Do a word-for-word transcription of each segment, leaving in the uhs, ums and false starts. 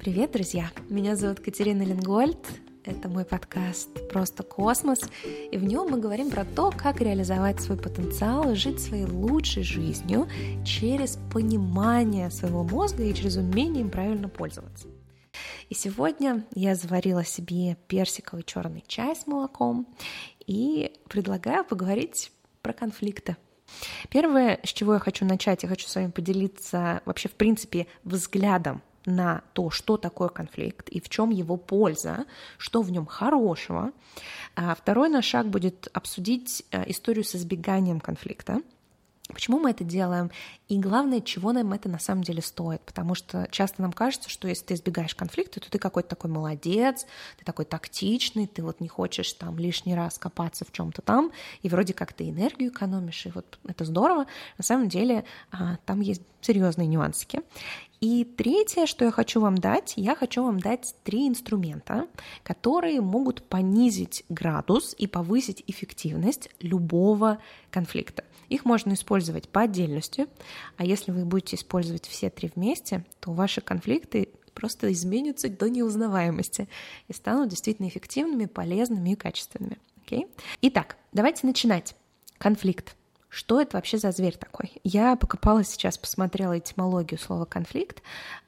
Привет, друзья! Меня зовут Катерина Ленгольд. Это мой подкаст «Просто космос», и в нем мы говорим про то, как реализовать свой потенциал, жить своей лучшей жизнью через понимание своего мозга и через умение им правильно пользоваться. И сегодня я заварила себе персиковый черный чай с молоком и предлагаю поговорить про конфликты. Первое, с чего я хочу начать, я хочу с вами поделиться вообще, в принципе, взглядом на то, что такое конфликт и в чем его польза, что в нем хорошего. А второй наш шаг будет обсудить историю с избеганием конфликта. Почему мы это делаем? И главное, чего нам это на самом деле стоит. Потому что часто нам кажется, что если ты избегаешь конфликта, то ты какой-то такой молодец, ты такой тактичный, ты вот не хочешь там лишний раз копаться в чем-то там, и вроде как ты энергию экономишь, и вот это здорово. На самом деле там есть серьезные нюансики. И третье, что я хочу вам дать, я хочу вам дать три инструмента, которые могут понизить градус и повысить эффективность любого конфликта. Их можно использовать по отдельности, а если вы будете использовать все три вместе, то ваши конфликты просто изменятся до неузнаваемости и станут действительно эффективными, полезными и качественными. Okay? Итак, давайте начинать. Конфликт. Что это вообще за зверь такой? Я покопалась сейчас, посмотрела этимологию слова «конфликт».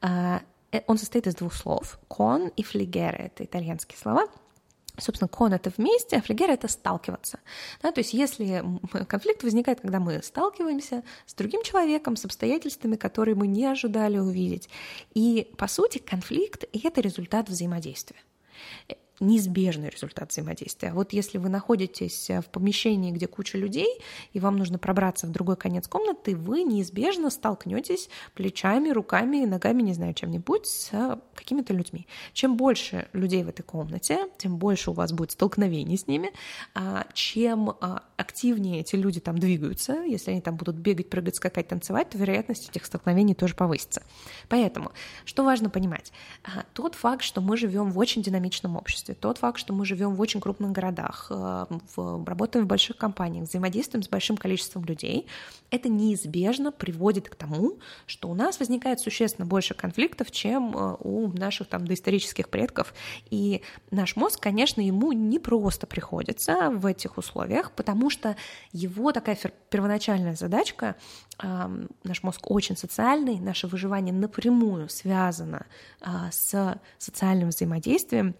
Он состоит из двух слов. «Кон» и «флигере» — это итальянские слова. Собственно, «кон» — это вместе, а «флигере» — это сталкиваться. Да, то есть если конфликт возникает, когда мы сталкиваемся с другим человеком, с обстоятельствами, которые мы не ожидали увидеть. И, по сути, конфликт — это результат взаимодействия. Неизбежный результат взаимодействия. Вот если вы находитесь в помещении, где куча людей, и вам нужно пробраться в другой конец комнаты, вы неизбежно столкнетесь плечами, руками, ногами, не знаю, чем-нибудь с какими-то людьми. Чем больше людей в этой комнате, тем больше у вас будет столкновений с ними, чем активнее эти люди там двигаются, если они там будут бегать, прыгать, скакать, танцевать, то вероятность этих столкновений тоже повысится. Поэтому, что важно понимать? Тот факт, что мы живем в очень динамичном обществе, тот факт, что мы живем в очень крупных городах, в, работаем в больших компаниях, взаимодействуем с большим количеством людей, это неизбежно приводит к тому, что у нас возникает существенно больше конфликтов, чем у наших там доисторических предков. И наш мозг, конечно, ему не просто приходится в этих условиях, потому что его такая первоначальная задачка, наш мозг очень социальный, наше выживание напрямую связано с социальным взаимодействием.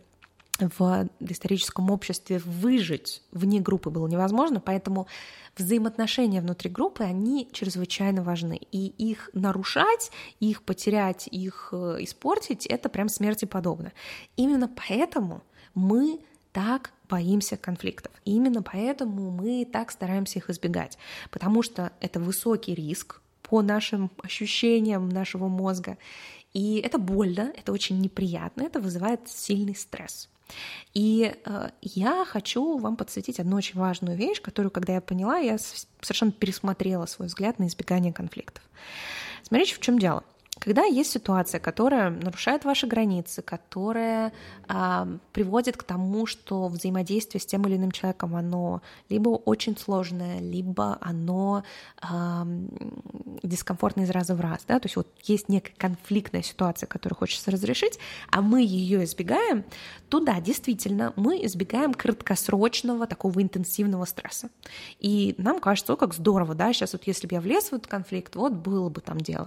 В доисторическом обществе выжить вне группы было невозможно, поэтому взаимоотношения внутри группы, они чрезвычайно важны. И их нарушать, их потерять, их испортить — это прям смерти подобно. Именно поэтому мы так боимся конфликтов. И именно поэтому мы так стараемся их избегать, потому что это высокий риск по нашим ощущениям нашего мозга. И это больно, это очень неприятно, это вызывает сильный стресс. И э, я хочу вам подсветить одну очень важную вещь, которую, когда я поняла, я совершенно пересмотрела свой взгляд на избегание конфликтов. Смотрите, в чем дело. Когда есть ситуация, которая нарушает ваши границы, которая э, приводит к тому, что взаимодействие с тем или иным человеком, оно либо очень сложное, либо оно э, дискомфортное из раза в раз, да, то есть вот есть некая конфликтная ситуация, которую хочется разрешить, а мы ее избегаем, то да, действительно, мы избегаем краткосрочного такого интенсивного стресса. И нам кажется, о, как здорово, да, сейчас вот если бы я влез в этот конфликт, вот было бы там дело.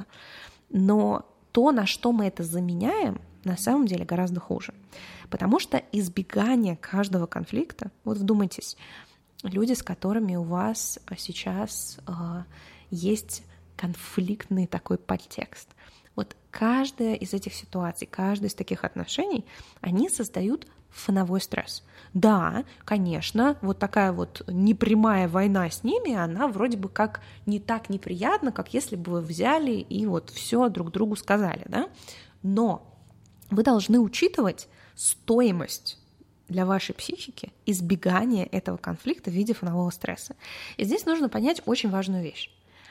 Но то, на что мы это заменяем, на самом деле гораздо хуже. Потому что избегание каждого конфликта, вот вдумайтесь, люди, с которыми у вас сейчас э, есть конфликтный такой подтекст, вот каждая из этих ситуаций, каждая из таких отношений, они создают фоновой стресс. Да, конечно, вот такая вот непрямая война с ними, она вроде бы как не так неприятна, как если бы вы взяли и вот все друг другу сказали, да? Но вы должны учитывать стоимость для вашей психики избегания этого конфликта в виде фонового стресса. И здесь нужно понять очень важную вещь.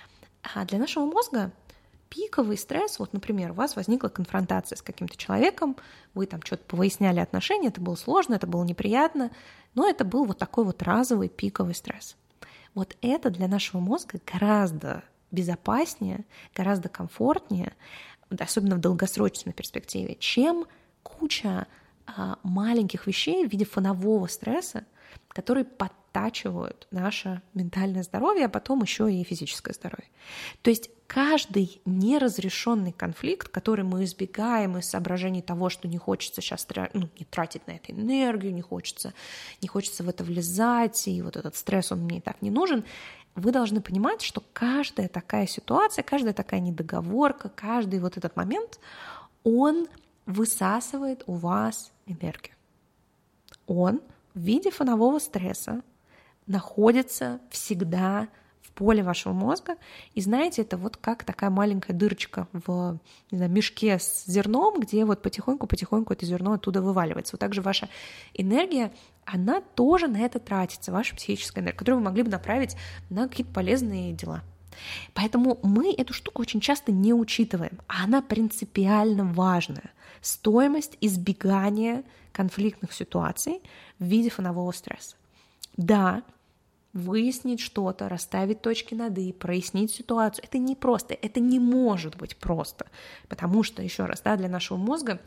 А для нашего мозга пиковый стресс, вот, например, у вас возникла конфронтация с каким-то человеком, вы там что-то повыясняли отношения, это было сложно, это было неприятно, но это был вот такой вот разовый пиковый стресс. Вот это для нашего мозга гораздо безопаснее, гораздо комфортнее, особенно в долгосрочной перспективе, чем куча а, маленьких вещей в виде фонового стресса, которые подтачивают наше ментальное здоровье, а потом еще и физическое здоровье. То есть каждый неразрешенный конфликт, который мы избегаем из соображений того, что не хочется сейчас ну, не тратить на это энергию, не хочется, не хочется в это влезать, и вот этот стресс, он мне и так не нужен, вы должны понимать, что каждая такая ситуация, каждая такая недоговорка, каждый вот этот момент, он высасывает у вас энергию. Он в виде фонового стресса находится всегда в поле вашего мозга. И знаете, это вот как такая маленькая дырочка в, не знаю, мешке с зерном, где вот потихоньку-потихоньку это зерно оттуда вываливается. Вот также ваша энергия, она тоже на это тратится, ваша психическая энергия, которую вы могли бы направить на какие-то полезные дела. Поэтому мы эту штуку очень часто не учитываем, а она принципиально важная. Стоимость избегания конфликтных ситуаций в виде фонового стресса. Да, выяснить что-то, расставить точки над «и», прояснить ситуацию. Это не просто, это не может быть просто, потому что, еще раз, да, для нашего мозга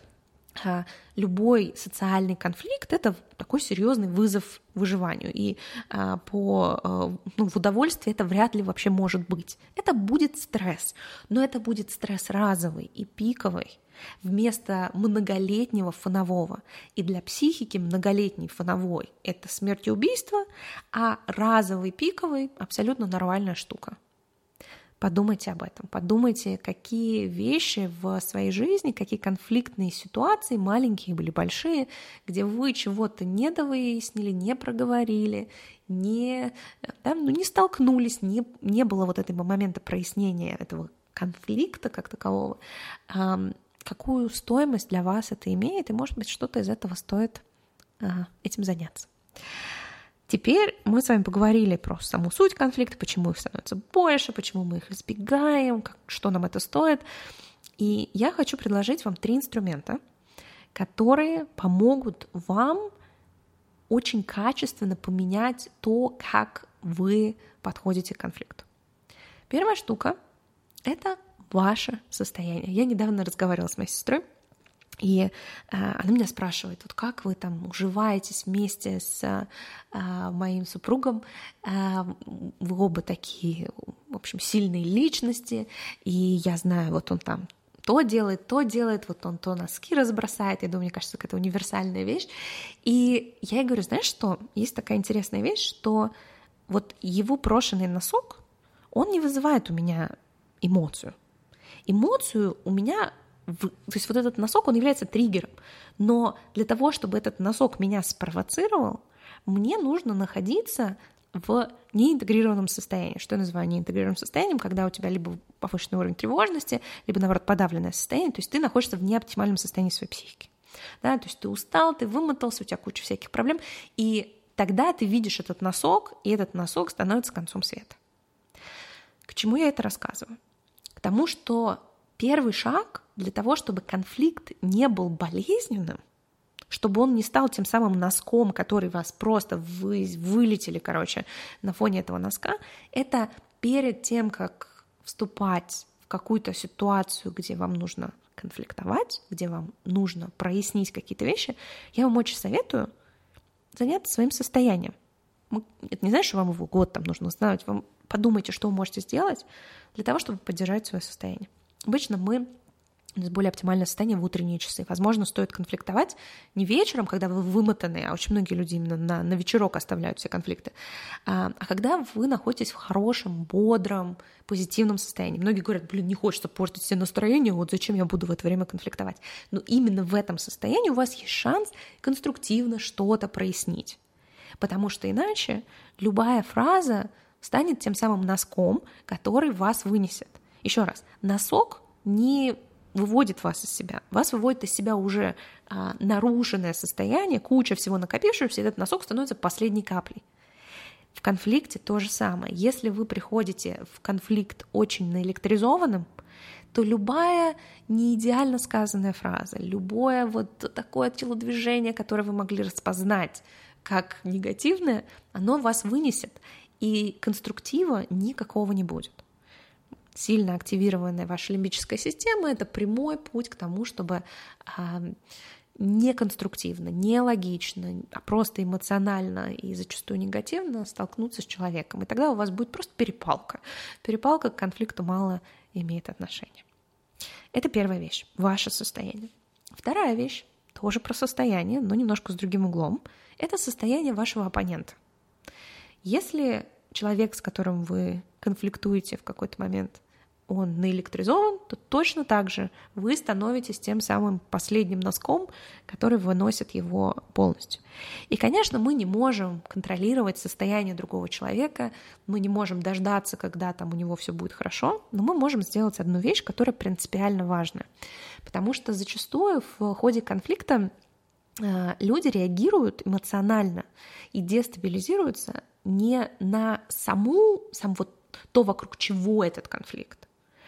любой социальный конфликт — это такой серьезный вызов выживанию, и а, по, а, ну, в удовольствии это вряд ли вообще может быть. Это будет стресс, но это будет стресс разовый и пиковый вместо многолетнего фонового. И для психики многолетний фоновой — это смерть и убийство, а разовый пиковый — абсолютно нормальная штука. Подумайте об этом, подумайте, какие вещи в своей жизни, какие конфликтные ситуации, маленькие или большие, где вы чего-то не довыяснили, не проговорили, не, да, ну, не столкнулись, не, не было вот этого момента прояснения этого конфликта как такового, эм, какую стоимость для вас это имеет, и, может быть, что-то из этого стоит э, этим заняться. Теперь мы с вами поговорили про саму суть конфликта, почему их становится больше, почему мы их избегаем, как, что нам это стоит. И я хочу предложить вам три инструмента, которые помогут вам очень качественно поменять то, как вы подходите к конфликту. Первая штука — это ваше состояние. Я недавно разговаривала с моей сестрой, и э, она меня спрашивает, вот как вы там уживаетесь вместе с э, моим супругом, э, вы оба такие, в общем, сильные личности, и я знаю, вот он там то делает, то делает, вот он то носки разбросает, я думаю, мне кажется, это универсальная вещь, и я ей говорю, знаешь что, есть такая интересная вещь, что вот его брошенный носок, он не вызывает у меня эмоцию. Эмоцию у меня... То есть вот этот носок, он является триггером. Но для того, чтобы этот носок меня спровоцировал, мне нужно находиться в неинтегрированном состоянии. Что я называю неинтегрированным состоянием? Когда у тебя либо повышенный уровень тревожности, либо, наоборот, подавленное состояние. То есть ты находишься в неоптимальном состоянии своей психики. Да? То есть ты устал, ты вымотался, у тебя куча всяких проблем. И тогда ты видишь этот носок, и этот носок становится концом света. К чему я это рассказываю? К тому, что первый шаг для того, чтобы конфликт не был болезненным, чтобы он не стал тем самым носком, который вас просто вы, вылетели, короче, на фоне этого носка, это перед тем, как вступать в какую-то ситуацию, где вам нужно конфликтовать, где вам нужно прояснить какие-то вещи, я вам очень советую заняться своим состоянием. Это не значит, что вам его год там нужно узнавать, вам подумайте, что вы можете сделать для того, чтобы поддержать свое состояние. Обычно мы, у нас более оптимальное состояние в утренние часы. Возможно, стоит конфликтовать не вечером, когда вы вымотаны, а очень многие люди именно на, на вечерок оставляют все конфликты, а, а когда вы находитесь в хорошем, бодром, позитивном состоянии. Многие говорят, блин, не хочется портить себе настроение, вот зачем я буду в это время конфликтовать. Но именно в этом состоянии у вас есть шанс конструктивно что-то прояснить. Потому что иначе любая фраза станет тем самым носком, который вас вынесет. Еще раз, носок не выводит вас из себя. Вас выводит из себя уже а, нарушенное состояние, куча всего накопившегося, и этот носок становится последней каплей. В конфликте то же самое. Если вы приходите в конфликт очень наэлектризованным, то любая не идеально сказанная фраза, любое вот такое телодвижение, которое вы могли распознать как негативное, оно вас вынесет, и конструктива никакого не будет. сильно активированная ваша лимбическая система — это прямой путь к тому, чтобы не конструктивно, не логично, а просто эмоционально и зачастую негативно столкнуться с человеком. И тогда у вас будет просто перепалка. Перепалка к конфликту мало имеет отношения. Это первая вещь — ваше состояние. Вторая вещь — тоже про состояние, но немножко с другим углом. Это состояние вашего оппонента. Если человек, с которым вы конфликтуете в какой-то момент, он наэлектризован, то точно так же вы становитесь тем самым последним носком, который выносит его полностью. И, конечно, мы не можем контролировать состояние другого человека, мы не можем дождаться, когда там у него все будет хорошо, но мы можем сделать одну вещь, которая принципиально важна. Потому что зачастую в ходе конфликта люди реагируют эмоционально и дестабилизируются не на саму, сам вот то, вокруг чего этот конфликт,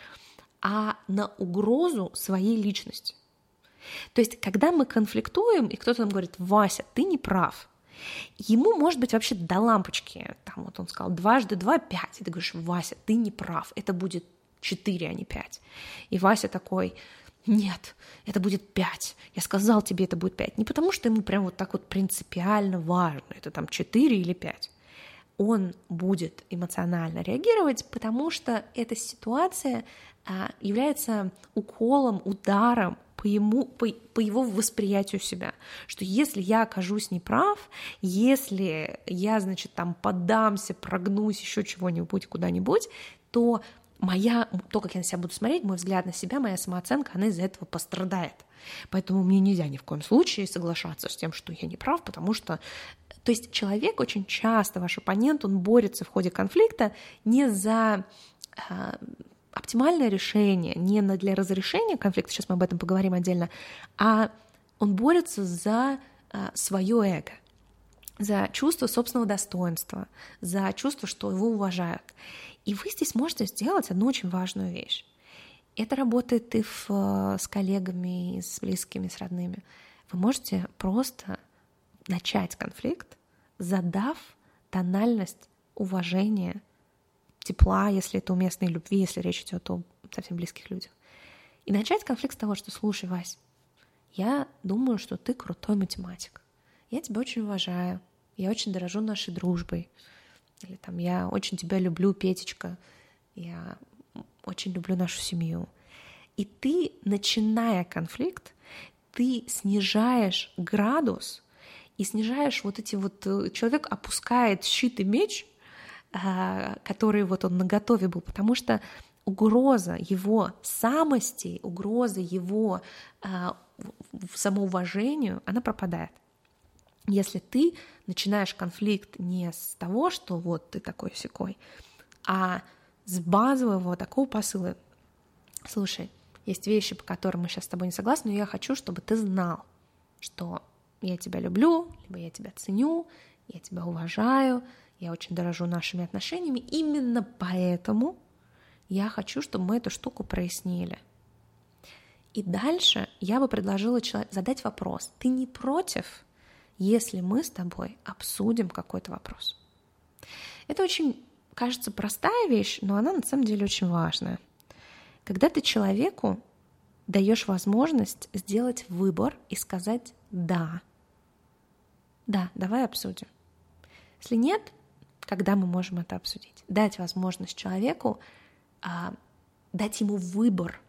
а на угрозу своей личности. То есть, когда мы конфликтуем, и кто-то нам говорит: «Вася, ты не прав», ему, может быть, вообще до лампочки, там вот он сказал дважды два — пять, и ты говоришь: «Вася, ты не прав, это будет четыре, а не пять». И Вася такой: «Нет, это будет пять. Я сказал тебе, это будет пять». Не потому, что ему прям вот так вот принципиально важно, это там четыре или пять. Он будет эмоционально реагировать, потому что эта ситуация а, является уколом, ударом по, ему, по, по его восприятию себя. Что если я окажусь неправ, если я, значит, там поддамся, прогнусь, еще чего-нибудь, куда-нибудь, то моя, то, как я на себя буду смотреть, мой взгляд на себя, моя самооценка, она из-за этого пострадает. Поэтому мне нельзя ни в коем случае соглашаться с тем, что я не прав, потому что... То есть человек очень часто, ваш оппонент, он борется в ходе конфликта не за э, оптимальное решение, не для разрешения конфликта, сейчас мы об этом поговорим отдельно, а он борется за э, свое эго, за чувство собственного достоинства, за чувство, что его уважают. И вы здесь можете сделать одну очень важную вещь. Это работает и в, с коллегами, и с близкими, с родными. Вы можете просто начать конфликт, задав тональность уважения, тепла, если это уместно, и любви, если речь идет о совсем близких людях. И начать конфликт с того, что: «Слушай, Вась, я думаю, что ты крутой математик. Я тебя очень уважаю, я очень дорожу нашей дружбой». Или там: «Я очень тебя люблю, Петечка, я очень люблю нашу семью». И ты, начиная конфликт, ты снижаешь градус и снижаешь вот эти вот... Человек опускает щит и меч, который вот он наготове был, потому что угроза его самости, угроза его самоуважению, она пропадает. Если ты начинаешь конфликт не с того, что вот ты такой-сякой, а с базового такого посыла: «Слушай, есть вещи, по которым мы сейчас с тобой не согласны, но я хочу, чтобы ты знал, что я тебя люблю, либо я тебя ценю, я тебя уважаю, я очень дорожу нашими отношениями. Именно поэтому я хочу, чтобы мы эту штуку прояснили». И дальше я бы предложила человеку задать вопрос: «Ты не против, если мы с тобой обсудим какой-то вопрос?» Это очень, кажется, простая вещь, но она на самом деле очень важная. Когда ты человеку даешь возможность сделать выбор и сказать «да», «да, давай обсудим». Если нет, когда мы можем это обсудить? Дать возможность человеку, а, дать ему выбор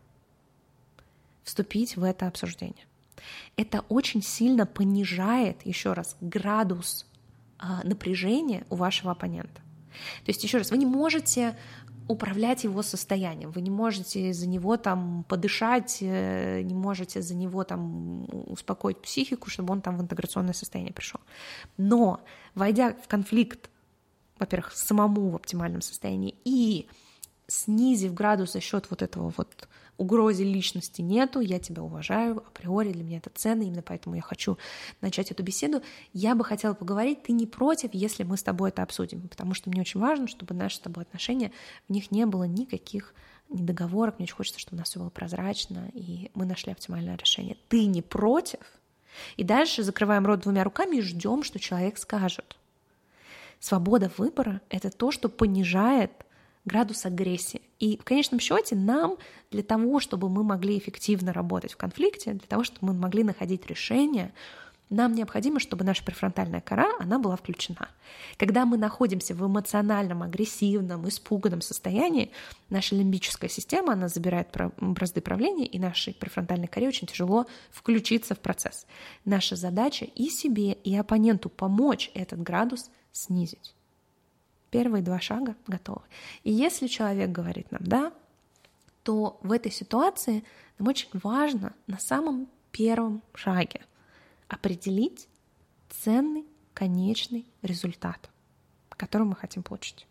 вступить в это обсуждение. Это очень сильно понижает, еще раз, градус а, напряжения у вашего оппонента. То есть, еще раз, вы не можете управлять его состоянием, вы не можете за него там подышать, не можете за него там успокоить психику, чтобы он там в интеграционное состояние пришел. Но, войдя в конфликт, во-первых, самому в оптимальном состоянии и снизив градус за счет вот этого вот угрозы личности нету, я тебя уважаю, априори для меня это ценно, именно поэтому я хочу начать эту беседу. Я бы хотела поговорить, ты не против, если мы с тобой это обсудим, потому что мне очень важно, чтобы наши с тобой отношения, в них не было никаких недоговорок, мне очень хочется, чтобы у нас все было прозрачно, и мы нашли оптимальное решение. Ты не против? И дальше закрываем рот двумя руками и ждем, что человек скажет. Свобода выбора — это то, что понижает градус агрессии. И в конечном счете нам для того, чтобы мы могли эффективно работать в конфликте, для того, чтобы мы могли находить решения, нам необходимо, чтобы наша префронтальная кора, она была включена. Когда мы находимся в эмоциональном, агрессивном, испуганном состоянии, наша лимбическая система, она забирает бразды правления, и нашей префронтальной коре очень тяжело включиться в процесс. Наша задача и себе, и оппоненту помочь этот градус снизить. Первые два шага готовы. И если человек говорит нам «да», то в этой ситуации нам очень важно на самом первом шаге определить ценный конечный результат, который мы хотим получить.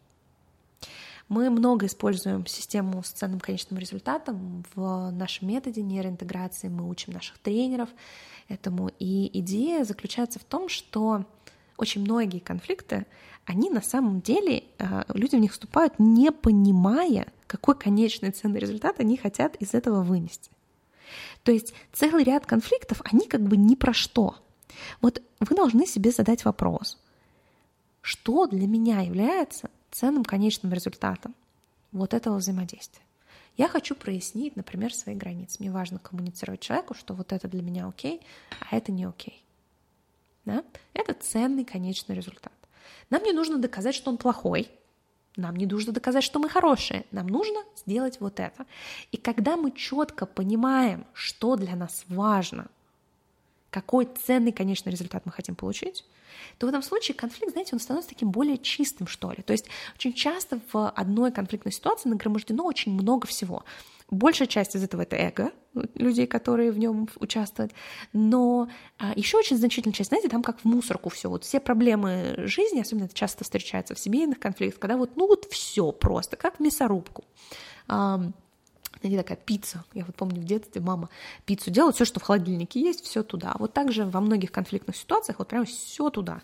Мы много используем систему с ценным конечным результатом в нашем методе нейроинтеграции, мы учим наших тренеров этому, и идея заключается в том, что очень многие конфликты, они на самом деле, люди в них вступают, не понимая, какой конечный ценный результат они хотят из этого вынести. То есть целый ряд конфликтов, они как бы ни про что. Вот вы должны себе задать вопрос, что для меня является ценным конечным результатом вот этого взаимодействия. Я хочу прояснить, например, свои границы. Мне важно коммуницировать человеку, что вот это для меня окей, а это не окей. Да? Это ценный конечный результат. Нам не нужно доказать, что он плохой. Нам не нужно доказать, что мы хорошие. Нам нужно сделать вот это. И когда мы четко понимаем, что для нас важно, какой ценный конечный результат мы хотим получить, то в этом случае конфликт, знаете, он становится таким более чистым, что ли. То есть очень часто в одной конфликтной ситуации нагромождено очень много всего. Большая часть из этого — это эго людей, которые в нем участвуют, но а, еще очень значительная часть, знаете, там как в мусорку все, вот все проблемы жизни, особенно это часто встречается в семейных конфликтах, когда вот, ну вот все просто, как в мясорубку. А, знаете, такая пицца, я вот помню в детстве мама пиццу делала, все, что в холодильнике есть, все туда. Вот так же во многих конфликтных ситуациях вот прям все туда.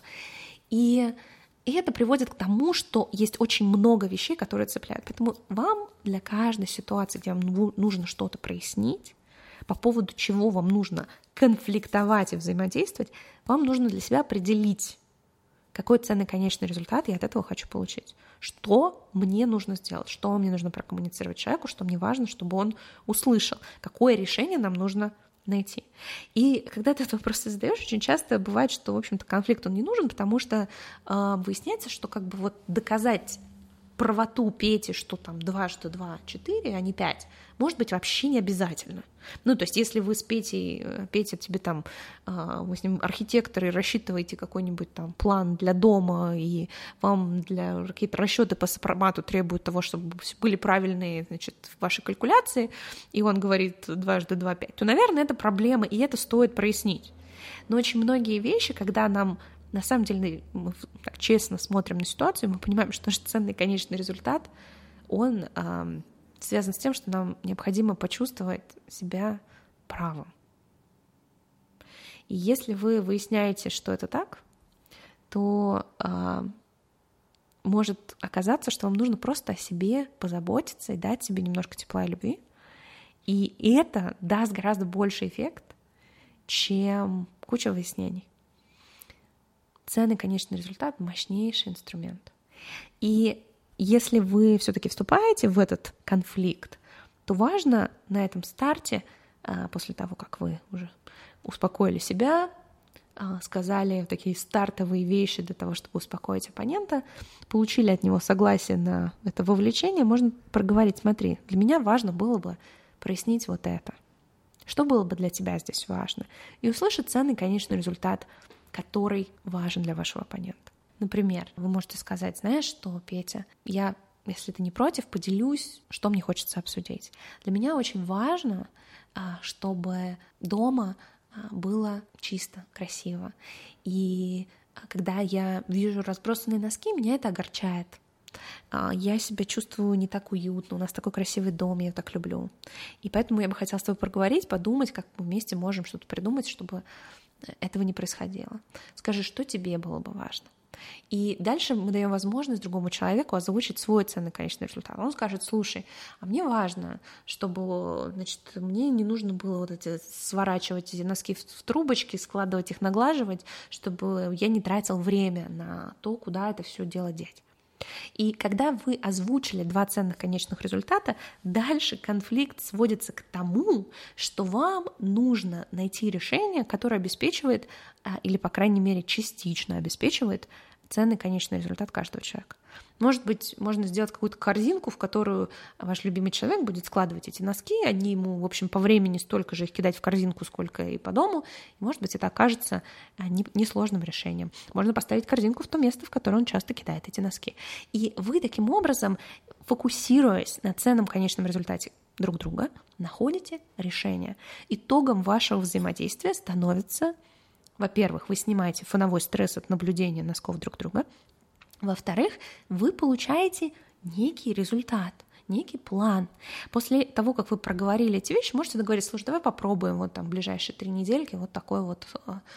И И это приводит к тому, что есть очень много вещей, которые цепляют. Поэтому вам для каждой ситуации, где вам нужно что-то прояснить, по поводу чего вам нужно конфликтовать и взаимодействовать, вам нужно для себя определить, какой ценный конечный результат я от этого хочу получить. Что мне нужно сделать, что мне нужно прокоммуницировать человеку, что мне важно, чтобы он услышал, какое решение нам нужно найти. И когда ты этот вопрос задаешь, очень часто бывает, что, в общем-то, конфликт он не нужен, потому что э, выясняется, что как бы вот доказать правоту Пети, что там дважды два — четыре, а не пять, может быть, вообще не обязательно. Ну, то есть, если вы с Петей, Петя тебе там, э, вы с ним архитекторы, рассчитываете какой-нибудь там план для дома, и вам для какие-то расчеты по сопромату требуют того, чтобы были правильные, значит, ваши калькуляции, и он говорит дважды два — пять, то, наверное, это проблема, и это стоит прояснить. Но очень многие вещи, когда нам на самом деле мы так честно смотрим на ситуацию, мы понимаем, что наш ценный конечный результат, он э, связан с тем, что нам необходимо почувствовать себя правым. И если вы выясняете, что это так, то э, может оказаться, что вам нужно просто о себе позаботиться и дать себе немножко тепла и любви. И это даст гораздо больший эффект, чем куча выяснений. Ценный конечный результат — мощнейший инструмент. И если вы все-таки вступаете в этот конфликт, то важно на этом старте, после того, как вы уже успокоили себя, сказали такие стартовые вещи для того, чтобы успокоить оппонента, получили от него согласие на это вовлечение, можно проговорить: смотри, для меня важно было бы прояснить вот это. Что было бы для тебя здесь важно? И услышать ценный конечный результат, который важен для вашего оппонента. Например, вы можете сказать: знаешь что, Петя, я, если ты не против, поделюсь, что мне хочется обсудить. Для меня очень важно, чтобы дома было чисто, красиво. И когда я вижу разбросанные носки, меня это огорчает. Я себя чувствую не так уютно, у нас такой красивый дом, я его так люблю. И поэтому я бы хотела с тобой поговорить, подумать, как мы вместе можем что-то придумать, чтобы этого не происходило. Скажи, что тебе было бы важно. И дальше мы даем возможность другому человеку озвучить свой ценный конечный результат. Он скажет: слушай, а мне важно, чтобы, значит, мне не нужно было вот эти сворачивать эти носки в, в трубочки, складывать их, наглаживать, чтобы я не тратил время на то, куда это все дело деть. И когда вы озвучили два ценных конечных результата, дальше конфликт сводится к тому, что вам нужно найти решение, которое обеспечивает, или, по крайней мере, частично обеспечивает ценный конечный результат каждого человека. Может быть, можно сделать какую-то корзинку, в которую ваш любимый человек будет складывать эти носки, они ему, в общем, по времени столько же их кидать в корзинку, сколько и по дому, и, может быть, это окажется несложным решением. Можно поставить корзинку в то место, в которое он часто кидает эти носки. И вы таким образом, фокусируясь на ценном конечном результате друг друга, находите решение. Итогом вашего взаимодействия становится, во-первых, вы снимаете фоновой стресс от наблюдения носков друг друга. Во-вторых, вы получаете некий результат, некий план. После того, как вы проговорили эти вещи, можете договориться: слушай, давай попробуем вот там в ближайшие три недельки вот такой вот,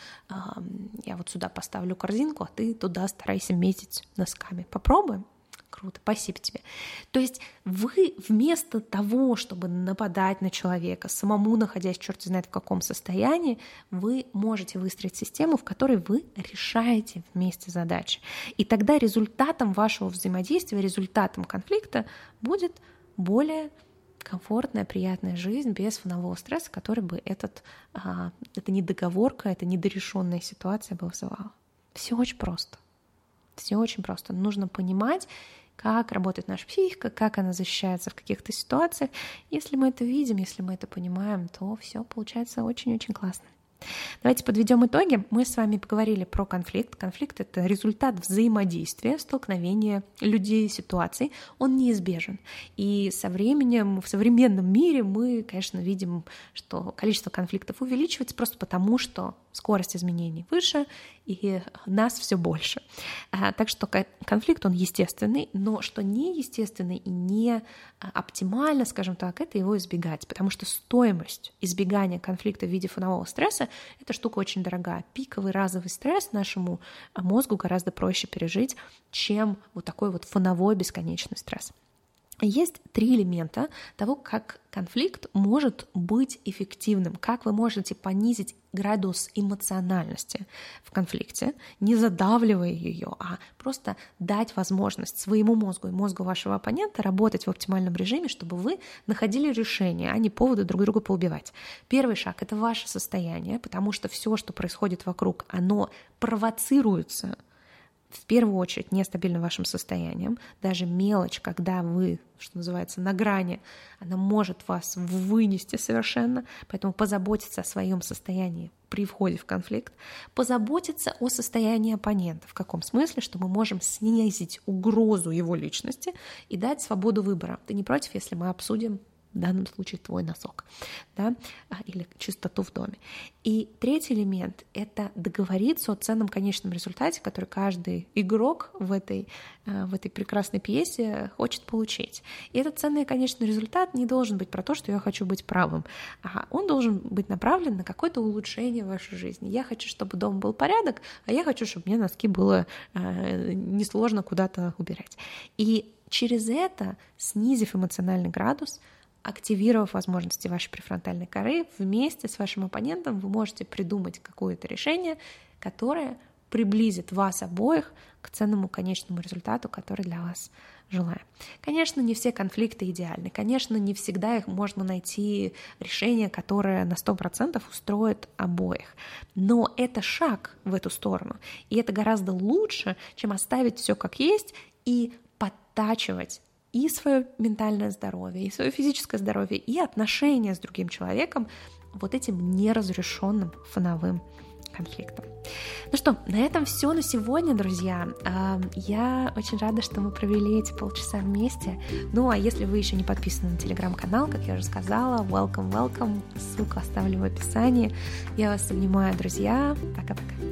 я вот сюда поставлю корзинку, а ты туда старайся метить носками. Попробуем? Круто, спасибо тебе. То есть вы вместо того, чтобы нападать на человека, самому находясь черт знает в каком состоянии, вы можете выстроить систему, в которой вы решаете вместе задачи. И тогда результатом вашего взаимодействия, результатом конфликта будет более комфортная, приятная жизнь без фонового стресса, который бы этот, а, эта недоговорка, эта недорешенная ситуация бы вызывала. Все очень просто. Все очень просто. Нужно понимать, как работает наша психика, как она защищается в каких-то ситуациях. Если мы это видим, если мы это понимаем, то все получается очень-очень классно. Давайте подведем итоги. Мы с вами поговорили про конфликт. Конфликт — это результат взаимодействия, столкновения людей, ситуаций. Он неизбежен. И со временем, в современном мире мы, конечно, видим, что количество конфликтов увеличивается просто потому, что скорость изменений выше, и нас все больше. А, так что конфликт, он естественный, но что неестественный и не оптимально, скажем так, это его избегать, потому что стоимость избегания конфликта в виде фонового стресса — эта штука очень дорогая. Пиковый разовый стресс нашему мозгу гораздо проще пережить, чем вот такой вот фоновой бесконечный стресс. Есть три элемента того, как конфликт может быть эффективным, как вы можете понизить градус эмоциональности в конфликте, не задавливая ее, а просто дать возможность своему мозгу и мозгу вашего оппонента работать в оптимальном режиме, чтобы вы находили решение, а не поводы друг друга поубивать. Первый шаг — это ваше состояние, потому что все, что происходит вокруг, оно провоцируется в первую очередь нестабильным вашим состоянием. Даже мелочь, когда вы, что называется, на грани, она может вас вынести совершенно. Поэтому позаботиться о своем состоянии при входе в конфликт, позаботиться о состоянии оппонента. В каком смысле? Что мы можем снизить угрозу его личности и дать свободу выбора. Ты не против, если мы обсудим в данном случае твой носок, да, или чистоту в доме. И третий элемент — это договориться о ценном конечном результате, который каждый игрок в этой, в этой прекрасной пьесе хочет получить. И этот ценный конечный результат не должен быть про то, что я хочу быть правым, а он должен быть направлен на какое-то улучшение вашей жизни. Я хочу, чтобы дома был порядок, а я хочу, чтобы мне носки было э, несложно куда-то убирать. И через это, снизив эмоциональный градус, активировав возможности вашей префронтальной коры, вместе с вашим оппонентом вы можете придумать какое-то решение, которое приблизит вас обоих к ценному конечному результату, который для вас желаем. Конечно, не все конфликты идеальны. Конечно, не всегда их можно найти решение, которое на сто процентов устроит обоих. Но это шаг в эту сторону. И это гораздо лучше, чем оставить все как есть и подтачивать и свое ментальное здоровье, и свое физическое здоровье, и отношения с другим человеком вот этим неразрешенным фоновым конфликтом. Ну что, на этом все на сегодня, друзья. Я очень рада, что мы провели эти полчаса вместе. Ну, а если вы еще не подписаны на телеграм-канал, как я уже сказала, welcome, welcome. Ссылку оставлю в описании. Я вас обнимаю, друзья. Пока-пока.